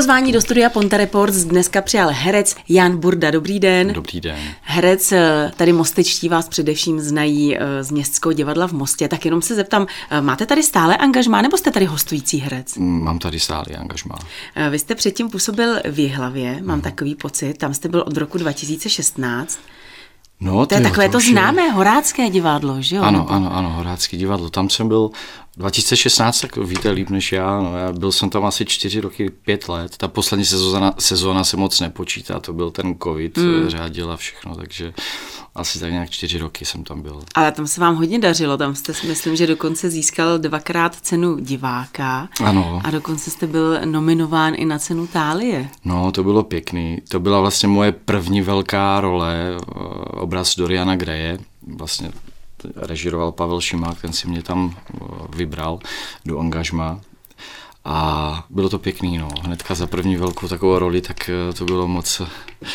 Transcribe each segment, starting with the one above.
pozvání do studia Ponte Reports dneska přijal herec Jan Burda. Dobrý den. Dobrý den. Herec, tady mostečtí vás především znají z Městského divadla v Mostě, tak jenom se zeptám, máte tady stále angažmá nebo jste tady hostující herec? Mám tady stále angažmá. Vy jste předtím působil v Jihlavě, mám takový pocit, tam jste byl od roku 2016. No, to je takové to známé Horácké divadlo, že jo? Ano, Horácké divadlo. Tam jsem byl 2016, tak víte líp než já. No, já byl jsem tam asi 4 roky, 5 let. Ta poslední sezóna se moc nepočítá, to byl ten covid, řádil a všechno, takže asi tak nějak 4 roky jsem tam byl. Ale tam se vám hodně dařilo, tam jste, myslím, že dokonce získal 2krát cenu diváka. Ano. A dokonce jste byl nominován i na cenu Thálie. No, to bylo pěkný. To byla vlastně moje první velká role, obraz Doriana Greje. Vlastně režíroval Pavel Šimák, ten si mě tam vybral do angažma. A bylo to pěkný, no. Hnedka za první velkou takovou roli, tak to bylo moc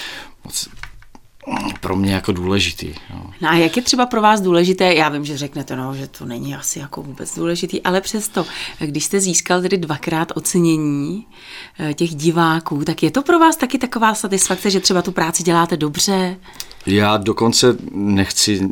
pro mě jako důležitý. No a jak je třeba pro vás důležité, já vím, že řeknete, no, že to není asi jako vůbec důležitý, ale přesto, když jste získal tedy 2krát ocenění těch diváků, tak je to pro vás taky taková satisfakce, že třeba tu práci děláte dobře? Já dokonce nechci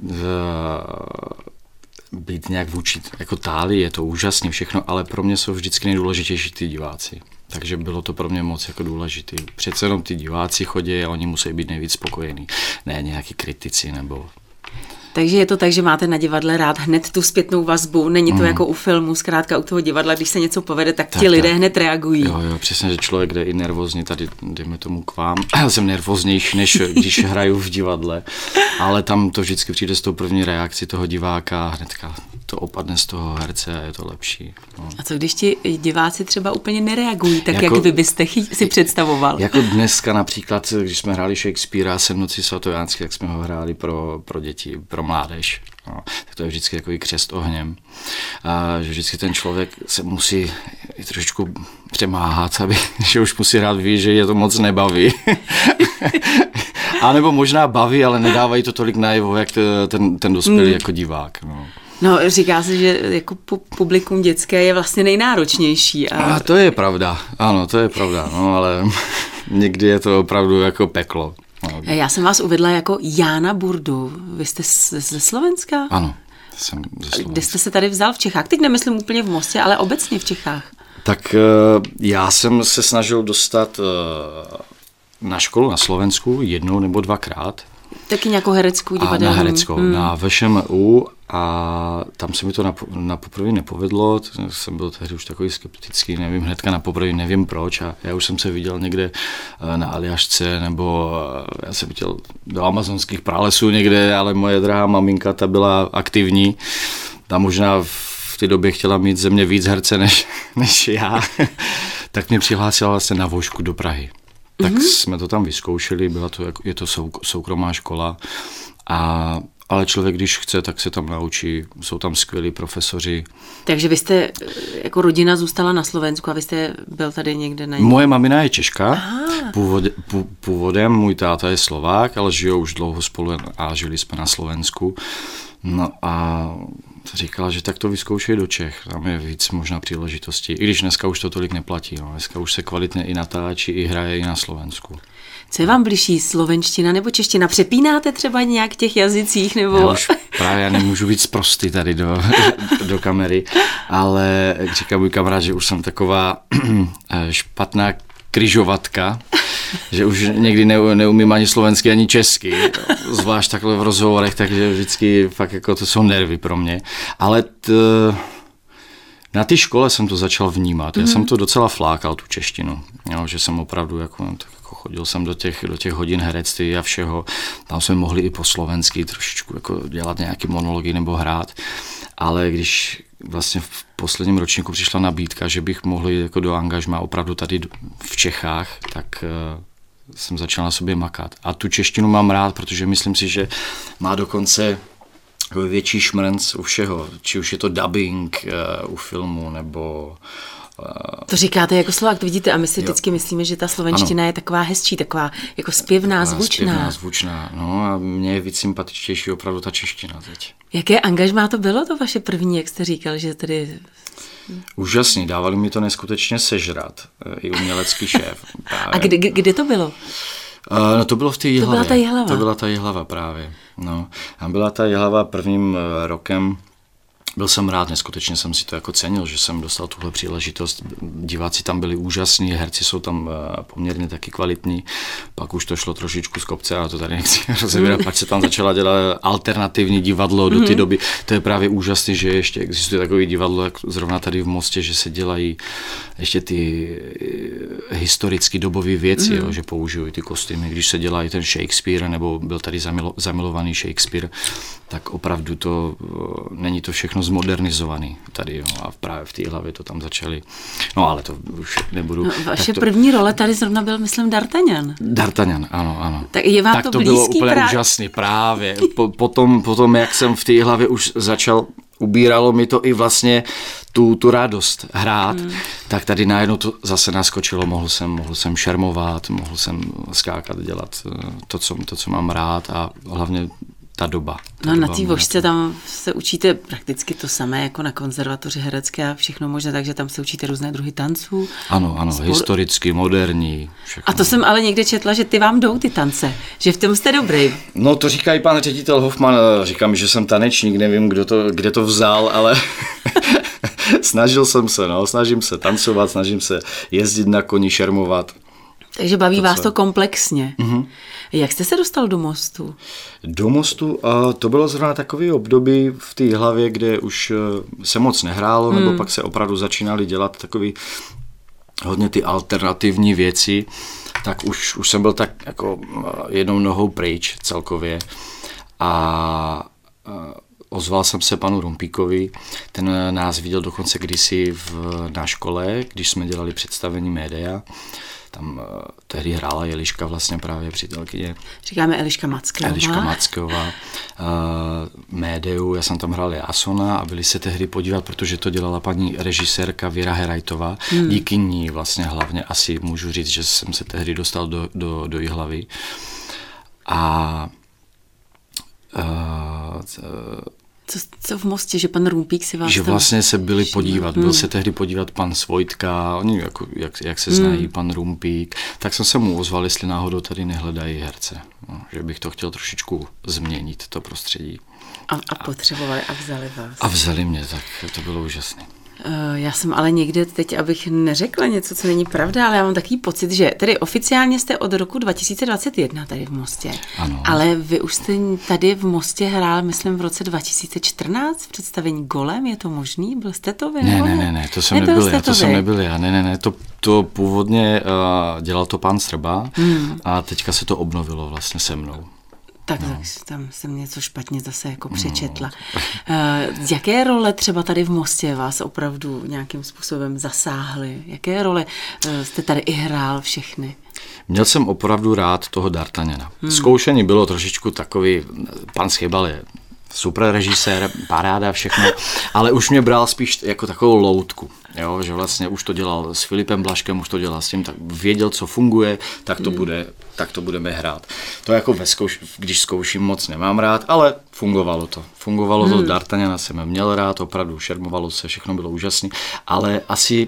být nějak vůči jako Thálii, je to úžasný všechno, ale pro mě jsou vždycky nejdůležitější ty diváci. Takže bylo to pro mě moc jako důležitý. Přece jenom ty diváci chodí a oni musí být nejvíc spokojení. Ne nějaký kritici nebo... Takže je to tak, že máte na divadle rád hned tu zpětnou vazbu, není to jako u filmu, zkrátka u toho divadla, když se něco povede, tak ti lidé hned reagují. Jo, přesně, že člověk jde i nervózně, tady jdeme tomu k vám, já jsem nervóznější, než když hraju v divadle, ale tam to vždycky přijde s tou první reakcí toho diváka, hnedka to opadne z toho herce a je to lepší. No. A co když ti diváci třeba úplně nereagují, tak jak vy byste si představoval? Jako dneska například, když jsme hráli Shakespearea 7 nocí svatojánských, tak jsme ho hráli pro děti, pro mládež. No, tak to je vždycky takový křest ohněm. A že vždycky ten člověk se musí trošičku přemáhat, že už musí hrát, ví, že je to moc nebaví. A nebo možná baví, ale nedávají to tolik najevo, jak ten dospělý jako divák. No, říká se, že jako publikum dětské je vlastně nejnáročnější. A to je pravda, ano, to je pravda, no, ale někdy je to opravdu jako peklo. Já jsem vás uvedla jako Jána Burdu. Vy jste ze Slovenska? Ano, jsem ze Slovenska. Kde jste se tady vzal v Čechách? Teď nemyslím úplně v Mostě, ale obecně v Čechách. Tak já jsem se snažil dostat na školu na Slovensku 1 nebo 2krát. Taky nějakou hereckou divadelní. Na hereckou, na VŠMU a tam se mi to na poprvé nepovedlo, jsem byl tehdy už takový skeptický, nevím, hnedka na poprvé, nevím proč a já už jsem se viděl někde na Aljašce nebo já jsem viděl do amazonských pralesů někde, ale moje drahá maminka, ta byla aktivní, ta možná v té době chtěla mít ze mě víc herce než já, tak mě přihlásila vlastně na Vošku do Prahy. Tak jsme to tam vyzkoušeli, je to soukromá škola, ale člověk, když chce, tak se tam naučí, jsou tam skvělí profesoři. Takže vy jste jako rodina zůstala na Slovensku a vy jste byl tady někde na... Moje mamina je Češka, původem, můj táta je Slovák, ale žijou už dlouho spolu a žili jsme na Slovensku. No a říkala, že tak to vyzkoušej do Čech, tam je víc možná příležitostí, i když dneska už to tolik neplatí, no. Dneska už se kvalitně i natáčí, i hraje i na Slovensku. Co je vám bližší, slovenština nebo čeština? Přepínáte třeba nějak v těch jazycích? Nebo... Já už právě nemůžu být sprostý tady do kamery, ale jak říká můj kamarád, že už jsem taková špatná kryžovatka, že už někdy neumím ani slovensky, ani česky, zvlášť takhle v rozhovorech, takže vždycky fakt jako to jsou nervy pro mě. Ale na té škole jsem to začal vnímat. Já jsem to docela flákal, tu češtinu, jo, že jsem opravdu jako chodil jsem do těch hodin herectví a všeho. Tam jsme mohli i po slovensky trošičku jako dělat nějaký monology nebo hrát. Ale když vlastně v posledním ročníku přišla nabídka, že bych mohl jít jako do angažma opravdu tady v Čechách, tak jsem začal na sobě makat. A tu češtinu mám rád, protože myslím si, že má dokonce větší šmrnc u všeho. Či už je to dubbing u filmu, nebo... To říkáte jako Slovák, to vidíte, a my si vždycky myslíme, že ta slovenština je taková hezčí, taková jako zpěvná, zvučná. Zpěvná, zvučná, no a mně je víc sympatičtější opravdu ta čeština teď. Jaké angažmá to bylo to vaše první, jak jste říkal, že tedy... Úžasný, dávali mi to neskutečně sežrat, i umělecký šéf. Právě. A kde to bylo? No to bylo v té Jihlavě. To byla ta Jihlava. To byla ta Jihlava právě. No. A byla ta Jihlava prvním rokem. Byl jsem rád, neskutečně jsem si to jako cenil, že jsem dostal tuhle příležitost. Diváci tam byli úžasní, herci jsou tam poměrně taky kvalitní. Pak už to šlo trošičku z kopce, ale to tady nechci rozebírat. Pak se tam začala dělat alternativní divadlo do té doby. To je právě úžasné, že ještě existuje takové divadlo, jak zrovna tady v Mostě, že se dělají ještě ty historicky dobové věci, jo, že používají ty kostýmy. Když se dělá i ten Shakespeare, nebo byl tady zamilovaný Shakespeare, tak opravdu to není to všechno zmodernizovaný tady, jo, a právě v té Jihlavě to tam začali. No ale to už nebudu. No, vaše první role tady zrovna byl, myslím, D'Artagnan. D'Artagnan, ano. Tak je vám tak to bylo úplně úžasný, právě. Potom, jak jsem v té Jihlavě už začal, ubíralo mi to i vlastně tu radost hrát, tak tady najednou to zase naskočilo, mohl jsem šermovat, mohl jsem skákat, dělat to, co mám rád a hlavně ta doba. No na té Vožce tam se učíte prakticky to samé jako na konzervatoři herecké a všechno možné, takže tam se učíte různé druhy tanců. Ano, historicky, moderní. Všechno. A to jsem ale někde četla, že ty vám jdou ty tance, že v tom jste dobrý. No to říká i pan ředitel Hoffman, říká mi, že jsem tanečník, nevím, kde to vzal, ale snažím se tancovat, snažím se jezdit na koni, šermovat. Takže baví vás to komplexně. Mm-hmm. Jak jste se dostal do Mostu? Do Mostu to bylo zrovna takový období v té Jihlavě, kde už se moc nehrálo, nebo pak se opravdu začínali dělat takový hodně ty alternativní věci, tak už jsem byl tak jako jednou nohou pryč celkově a ozval jsem se panu Rumpíkovi, ten nás viděl dokonce kdysi na škole, když jsme dělali představení Média. Tam tehdy hrála Eliška vlastně právě přítelkyně. Říkáme Eliška Macková. Médiu, já jsem tam hrál Jasona a byli se tehdy podívat, protože to dělala paní režisérka Věra Herajtová. Díky ní vlastně hlavně asi můžu říct, že jsem se tehdy dostal do Jihlavy. Co v Mostě, že pan Rumpík si vás že vlastně se byli podívat, byl se tehdy podívat pan Svojtka, oni jako, jak se znají, pan Rumpík, tak jsem se mu ozval, jestli náhodou tady nehledají herce, no, že bych to chtěl trošičku změnit, to prostředí. A potřebovali a vzali vás. A vzali mě, tak to bylo úžasné. Já jsem ale někde teď, abych neřekla něco, co není pravda, ale já mám takový pocit, že tedy oficiálně jste od roku 2021 tady v Mostě. Ano. Ale vy už jste tady v Mostě hrál, myslím, v roce 2014 v představení Golem, je to možný? Byl jste to vy? Ne, to jsem nebyl já. Ne, to původně dělal to pán Srba a teďka se to obnovilo vlastně se mnou. Tak tam jsem něco špatně zase jako přečetla. Jaké role třeba tady v Mostě vás opravdu nějakým způsobem zasáhly? Jaké role jste tady i hrál všechny? Měl jsem opravdu rád toho D'Artagnana. Zkoušení bylo trošičku takový, pan Schybal je super režisér, paráda, všechno, ale už mě bral spíš jako takovou loutku, jo, že vlastně už to dělal s Filipem Blažkem, už to dělal s tím, tak věděl, co funguje, tak to budeme hrát. To jako když zkouším, moc nemám rád, ale fungovalo to. D'Artagnana jsem měl rád, opravdu šermovalo se, všechno bylo úžasné, ale asi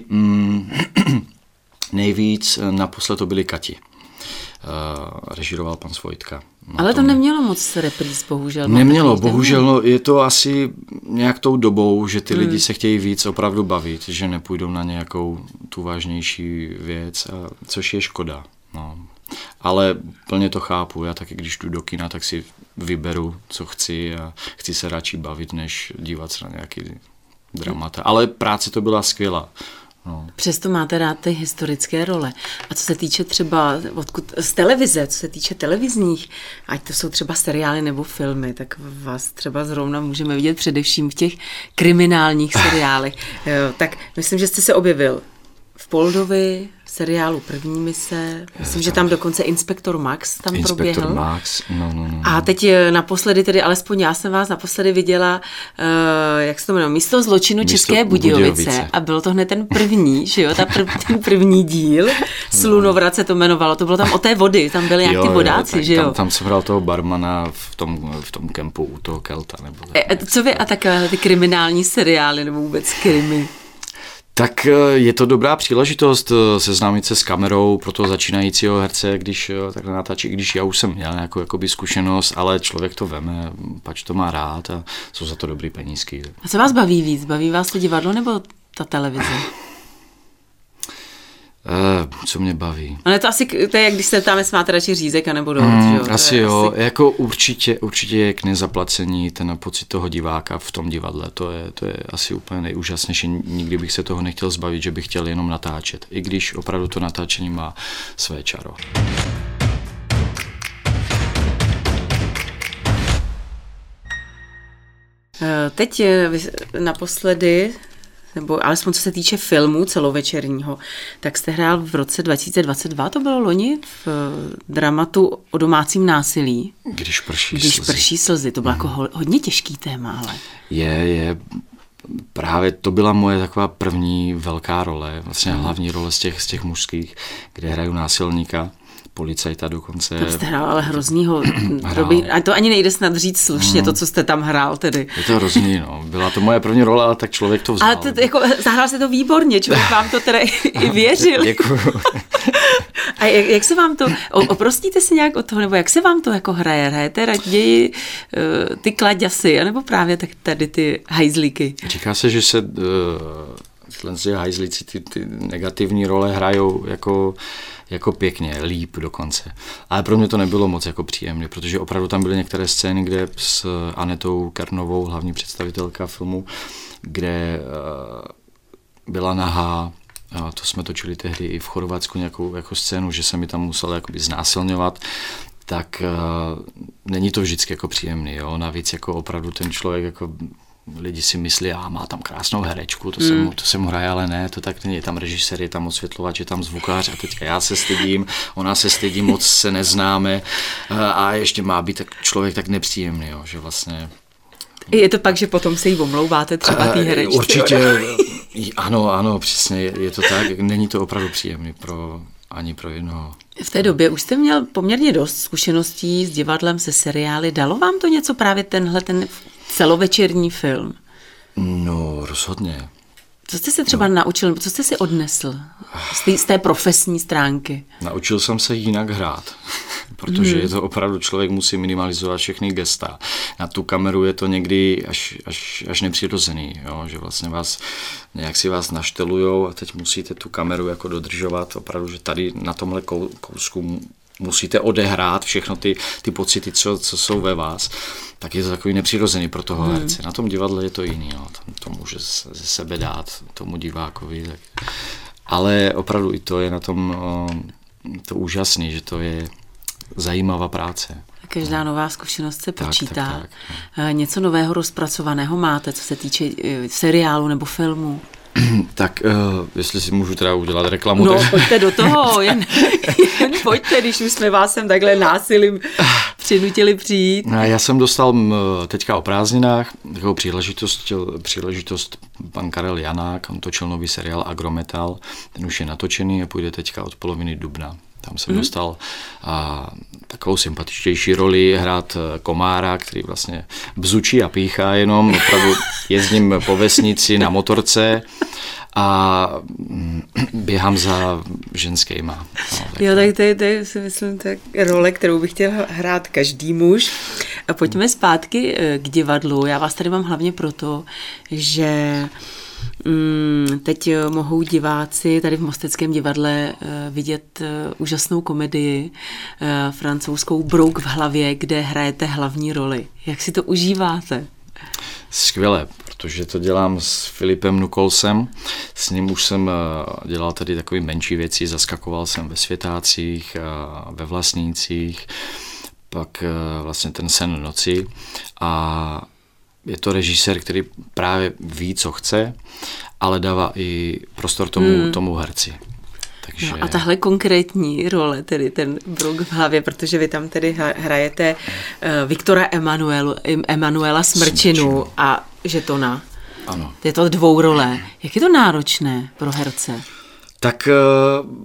nejvíc naposled to byly Kati. Režíroval pan Svojtka. Ale to nemělo moc repríz, bohužel. Nemělo, bohužel, no, je to asi nějak tou dobou, že ty lidi se chtějí víc opravdu bavit, že nepůjdou na nějakou tu vážnější věc, což je škoda. No. Ale plně to chápu, já taky, když jdu do kina, tak si vyberu, co chci a chci se radši bavit, než dívat se na nějaký dramata. Ale práce to byla skvělá. No. Přesto máte rád ty historické role. A co se týče třeba z televize, co se týče televizních, ať to jsou třeba seriály nebo filmy, tak vás třeba zrovna můžeme vidět především v těch kriminálních seriálech. Tak myslím, že jste se objevil v Poldovi, v seriálu První mise, myslím, že tam dokonce Inspektor Max tam proběhl. Inspektor Max, no. A teď naposledy, tedy alespoň já jsem vás naposledy viděla, jak se to jmenuje, Místo zločinu České Budějovice. A bylo to hned ten první, že jo, ten první díl, Slunovrat se to jmenovalo, to bylo tam o té vody, tam byly nějak ty vodáci, že jo. Tam jsem hrál toho barmana v tom kempu u toho Kelta. Nebo co vy a takové ty kriminální seriály, nebo vůbec krimi? Tak je to dobrá příležitost seznámit se s kamerou pro toho začínajícího herce, když takhle natáčí, když já už jsem měl nějakou jakoby zkušenost, ale člověk to veme, pač to má rád a jsou za to dobrý penízky. A co vás baví víc? Baví vás to divadlo nebo ta televize? Co mě baví? Ale to je jak když se ptáme, jestli máte radši řízek anebo dort, že jo? Asi jo, jako určitě je k nezaplacení ten pocit toho diváka v tom divadle, to je asi úplně nejúžasnější, nikdy bych se toho nechtěl zbavit, že bych chtěl jenom natáčet, i když opravdu to natáčení má své čaro. Teď naposledy, nebo alespoň co se týče filmu celovečerního, tak jste hrál v roce 2022, to bylo loni, v dramatu o domácím násilí. Když prší slzy. To bylo jako hodně těžký téma, ale... Je. Právě to byla moje taková první velká role, vlastně hlavní role z těch mužských, kde hraju násilníka, policajta dokonce. To jste hrál ale hroznýho. A to ani nejde snad říct slušně, to, co jste tam hrál tedy. Je to hrozný, no. Byla to moje první role, ale tak člověk to vzal. Ale jako, zahrál jste to výborně, člověk vám to teda i věřil. Děkuju. A jak se vám to, oprostíte se nějak od toho, nebo jak se vám to jako hraje? Hrajete raději ty kladěsy, anebo právě tak tady ty hajzlíky? Říká se, že se tyhle hajzlíci ty negativní role hrajou jako pěkně, líp dokonce. Ale pro mě to nebylo moc jako příjemné, protože opravdu tam byly některé scény, kde s Anetou Kernovou, hlavní představitelka filmu, kde byla nahá. To jsme točili tehdy i v Chorvatsku nějakou jako scénu, že se mi tam musel jakoby znásilňovat, tak není to vždycky jako příjemný, jo? Navíc jako opravdu ten člověk jako lidi si myslí, má tam krásnou herečku, to se mu hraje, ale ne, to tak není, je tam režisér, je tam osvětlovač, je tam zvukář a teďka já se stydím, ona se stydí, moc se neznáme a ještě má být tak člověk tak nepříjemný, jo? Že vlastně... Je to pak, že potom se jí omlouváte třeba té herečce? Určitě, ano, přesně, je to tak, není to opravdu příjemný ani pro jednoho. V té době už jste měl poměrně dost zkušeností s divadlem, se seriály. Dalo vám to něco právě ten celovečerní film? No, rozhodně. Co jste se třeba naučil, co jste si odnesl z té profesní stránky? Naučil jsem se jinak hrát, protože je to opravdu, člověk musí minimalizovat všechny gesta. Na tu kameru je to někdy až nepřirozený, jo? Že vlastně nějak si vás naštelujou a teď musíte tu kameru jako dodržovat, opravdu, že tady na tomhle kousku musíte odehrát všechno ty pocity, co jsou ve vás, tak je to takový nepřirozený pro toho herce. Na tom divadle je to jiný, no. Tam to může ze sebe dát tomu divákovi. Tak. Ale opravdu i to je na tom to úžasný, že to je zajímavá práce. Každá nová zkušenost se počítá. Tak. Něco nového rozpracovaného máte, co se týče seriálu nebo filmu? Tak, jestli si můžu teda udělat reklamu. No, pojďte do toho, jen pojďte, když už jsme vás sem takhle násilím přinutili přijít. Já jsem dostal teďka o prázdninách takovou příležitost, pan Karel Janák, on točil nový seriál Agrometal, ten už je natočený a půjde teďka od poloviny dubna. Tam jsem dostal takovou sympatičtější roli hrát komára, který vlastně bzučí a píchá jenom, opravdu jezdím po vesnici na motorce a běhám za ženskýma. Jo, tak to je si myslím tak role, kterou bych chtěl hrát každý muž. A pojďme zpátky k divadlu. Já vás tady mám hlavně proto, že teď mohou diváci tady v Mosteckém divadle vidět úžasnou komedii francouzskou Brouk v hlavě, kde hrajete hlavní roli. Jak si to užíváte? Skvěle, protože to dělám s Filipem Nukolsem. S ním už jsem dělal tady takové menší věci, zaskakoval jsem ve Světácích, ve Vlastnících, pak vlastně ten Sen noci a je to režisér, který právě ví, co chce, ale dává i prostor tomu herci. Takže... No a tahle konkrétní role, tedy ten Brouk v hlavě, protože vy tam tedy hrajete Viktora Emanuela Smrčinu a Žetona. Ano. Je to dvourolé. Jak je to náročné pro herce? Tak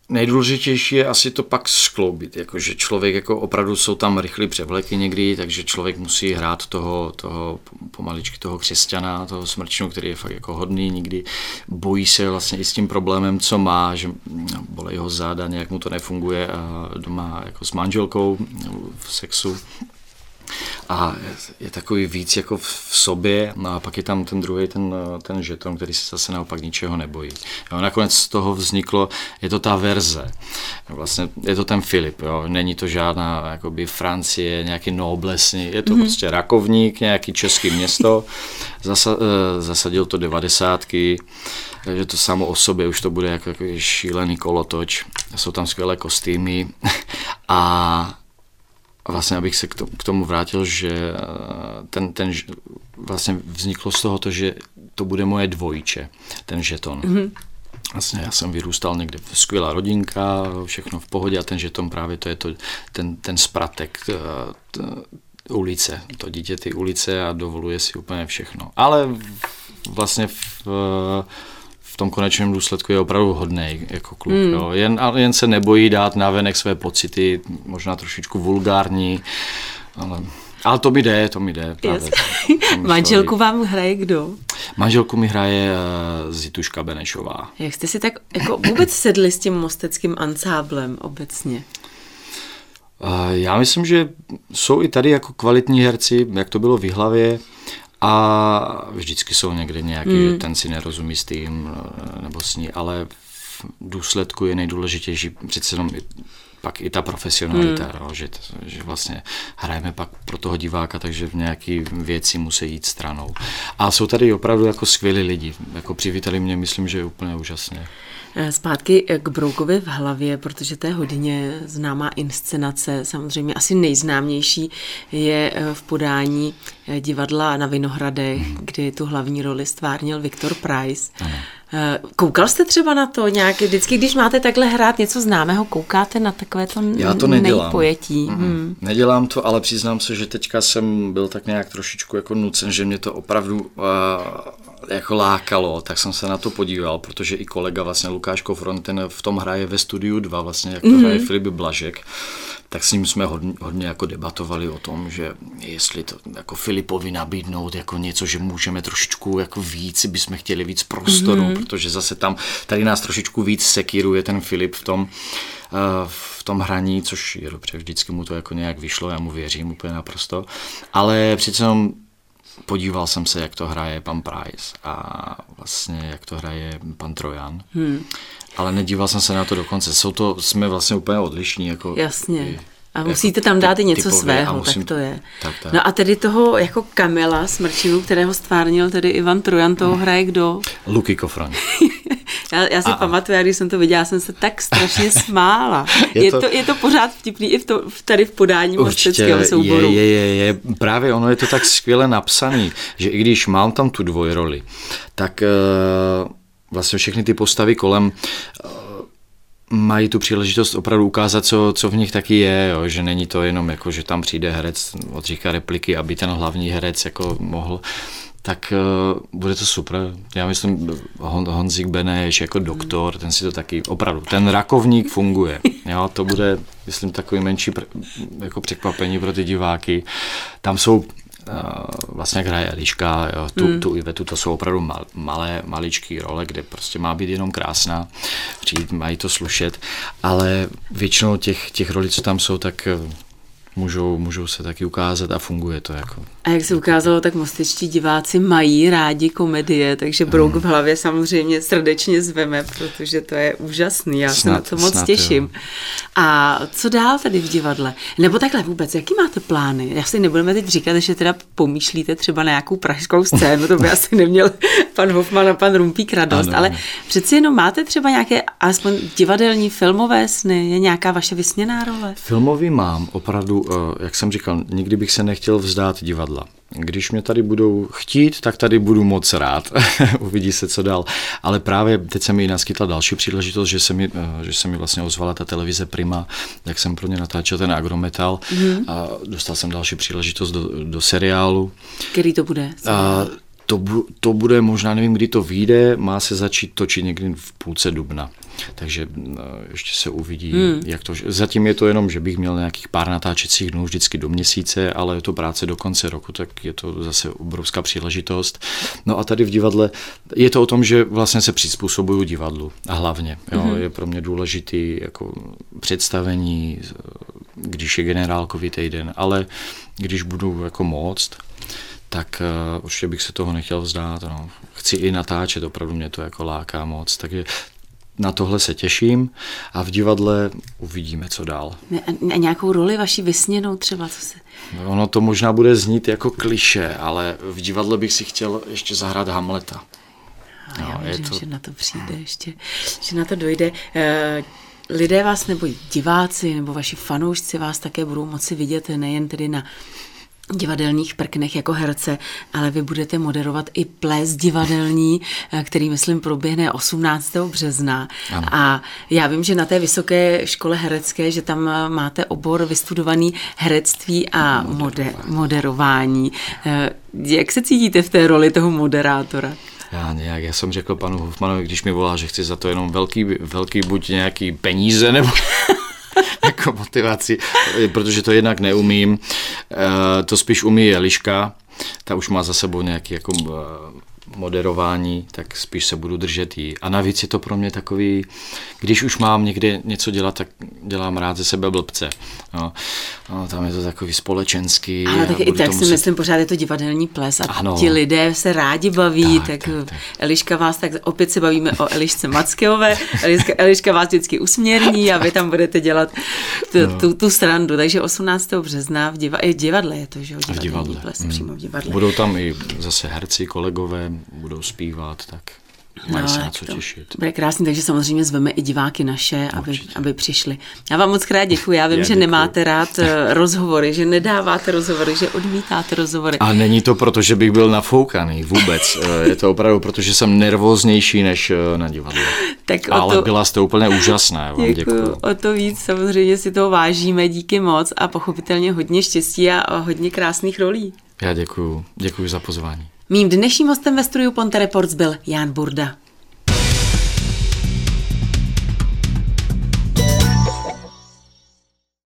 nejdůležitější je asi to pak skloubit, jakože člověk jako opravdu jsou tam rychlý převleky někdy, takže člověk musí hrát toho pomaličky toho křesťana, toho smrčinu, který je fakt jako hodný, nikdy bojí se vlastně i s tím problémem, co má, že bolej ho záda, nějak mu to nefunguje a doma jako s manželkou v sexu. A je takový víc jako v sobě, no a pak je tam ten druhý, ten žeton, který se zase naopak ničeho nebojí. Jo, nakonec z toho vzniklo, je to ta verze, vlastně je to ten Filip, jo, není to žádná jakoby Francie, nějaký noblesní, je to prostě Rakovník, nějaký český město, zasadil to 90, takže to samo o sobě už to bude jako šílený kolotoč, jsou tam skvělé kostýmy a vlastně, abych se k tomu vrátil, že ten vlastně vzniklo z toho, že to bude moje dvojče, ten žeton. Mm-hmm. Vlastně já jsem vyrůstal někde, skvělá rodinka, všechno v pohodě a ten žeton právě to je ten spratek ulice, to dítě ty ulice a dovoluje si úplně všechno. Ale vlastně v tom konečném důsledku je opravdu hodnej jako kluk. Jo. Jen se nebojí dát navenek své pocity, možná trošičku vulgární, ale to mi jde. Právě, Manželku vám hraje kdo? Manželku mi hraje Zituška Benešová. Jak jste si tak jako vůbec sedli s tím mosteckým ansáblem obecně? Já myslím, že jsou i tady jako kvalitní herci, jak to bylo v Jihlavě, a vždycky jsou někde nějaký, že ten si nerozumí s tím nebo s ní, ale v důsledku je nejdůležitější přece jenom pak i ta profesionalita, že vlastně hrajeme pak pro toho diváka, takže v nějaké věci musí jít stranou. A jsou tady opravdu jako skvělí lidi, jako přivítali mě, myslím, že je úplně úžasně. Zpátky k Broukovi v hlavě, protože to je hodně známá inscenace, samozřejmě asi nejznámější je v podání divadla na Vinohradech, kdy tu hlavní roli stvárnil Viktor Preiss. Koukal jste třeba na to nějak, vždycky, když máte takhle hrát něco známého, koukáte na takové to nejpojetí? Nedělám to, ale přiznám se, že teďka jsem byl tak nějak trošičku jako nucen, že mě to opravdu jako lákalo, tak jsem se na to podíval, protože i kolega vlastně Lukáš Kofron, ten v tom hraje ve Studiu 2, vlastně jak to hraje Filip Blažek, tak s ním jsme hodně jako debatovali o tom, že jestli to jako Filipovi nabídnout jako něco, že můžeme trošičku jako víc, bychom chtěli víc prostoru, protože zase tady nás trošičku víc sekíruje ten Filip v tom hraní, což je dobře, vždycky mu to jako nějak vyšlo, já mu věřím úplně naprosto, ale přece jenom podíval jsem se, jak to hraje pan Preiss a vlastně jak to hraje pan Trojan. Ale nedíval jsem se na to dokonce. Jsme vlastně úplně odlišní. Jako, jasně. A musíte tam dát i něco svého, tak to je. Tak. No a tedy toho jako Kamila Smrčinu, kterého stvárnil tedy Ivan Trojan, toho hraje kdo? Luky Kofran. Já si pamatuju, když jsem to viděla, jsem se tak strašně smála. Je to pořád vtipný i tady v podání mosteckého souboru. Je. Právě ono je to tak skvěle napsaný, že i když mám tam tu dvojroli, tak vlastně všechny ty postavy kolem mají tu příležitost opravdu ukázat, co v nich taky je, jo? Že není to jenom jako, že tam přijde herec, odříká repliky, aby ten hlavní herec jako mohl, tak bude to super. Já myslím, Honzik Beneš jako doktor, ten si to taky opravdu, ten Rakovník funguje. Jo? To bude, myslím, takový menší jako překvapení pro ty diváky. Tam jsou vlastně jak hraje Eliška, tu Ivetu, to jsou opravdu maličký role, kde prostě má být jenom krásná, mají to slušet, ale většinou těch rolí, co tam jsou, tak můžou se taky ukázat a funguje to jako. A jak se ukázalo, tak mostečtí diváci mají rádi komedie, takže Brouk v hlavě samozřejmě srdečně zveme, protože to je úžasný, já se na to moc těším. Jo. A co dál tady v divadle? Nebo takhle vůbec, jaký máte plány? Já si nebudeme teď říkat, že teda pomýšlíte třeba na nějakou pražskou scénu, to by asi neměl pan Hofman a pan Rumpík radost, ale přeci jenom máte třeba nějaké aspoň divadelní filmové sny, je nějaká vaše vysněná role? Filmový mám, opravdu, jak jsem říkal, nikdy bych se nechtěl vzdát divadla. Když mě tady budou chtít, tak tady budu moc rád. Uvidí se, co dál. Ale právě teď se mi naskytla další příležitost, že se mi vlastně ozvala ta televize Prima, jak jsem pro ně natáčel ten Agrometal a dostal jsem další příležitost do seriálu. Který to bude? To bude možná, nevím, kdy to vyjde, má se začít točit někdy v půlce dubna. Takže ještě se uvidí, jak to... Zatím je to jenom, že bych měl nějakých pár natáčecích dnů vždycky do měsíce, ale je to práce do konce roku, tak je to zase obrovská příležitost. No a tady v divadle je to o tom, že vlastně se přizpůsobuju divadlu a hlavně. Jo, je pro mě důležitý jako představení, když je generálkový týden, ale když budu jako moct, tak určitě bych se toho nechtěl vzdát. No. Chci i natáčet, opravdu mě to jako láká moc, takže na tohle se těším a v divadle uvidíme, co dál. A nějakou roli vaši vysněnou třeba? Co se... Ono to možná bude znít jako klišé, ale v divadle bych si chtěl ještě zahrát Hamleta. No, já věřím, že na to přijde ještě, že na to dojde. Lidé vás, nebo diváci, nebo vaši fanoušci vás také budou moci vidět nejen tedy na divadelních prknech jako herce, ale vy budete moderovat i ples divadelní, který, myslím, proběhne 18. března. Ano. A já vím, že na té vysoké škole herecké, že tam máte obor vystudovaný herectví a moderování. Jak se cítíte v té roli toho moderátora? Já jsem řekl panu Hofmanovi, když mi volá, že chci za to jenom velký buď nějaký peníze, nebo jako motivaci, protože to jednak neumím. To spíš umí Eliška, ta už má za sebou nějaký jako moderování, tak spíš se budu držet jí. A navíc je to pro mě takový, když už mám někde něco dělat, tak dělám rád ze sebe blbce. No, tam je to takový společenský. Ale tak i tak si myslím, pořád je to divadelní ples a ano. Ti lidé se rádi baví, tak. Eliška vás, tak opět se bavíme o Elišce Mackéové, Eliška vás vždycky usměrní a vy tam budete dělat tu srandu. Takže 18. března v divadle je to, že jo? Divadelní ples, přímo v divadle. Budou tam i zase herci, kolegové, budou zpívat, tak mají se na co těšit. To bude krásný, takže samozřejmě zveme i diváky naše, aby přišli. Já vám moc krát děkuji. Já vím, že nemáte rád rozhovory, že nedáváte rozhovory, že odmítáte rozhovory. A není to proto, že bych byl nafoukaný vůbec. Je to opravdu proto, že jsem nervóznější než na divadle. Ale byla jste úplně úžasná. Vám děkuji. O to víc, samozřejmě si toho vážíme, díky moc a pochopitelně hodně štěstí a hodně krásných rolí. Já děkuji za pozvání. Mým dnešním hostem ve studiu Ponte Reports byl Jan Burda.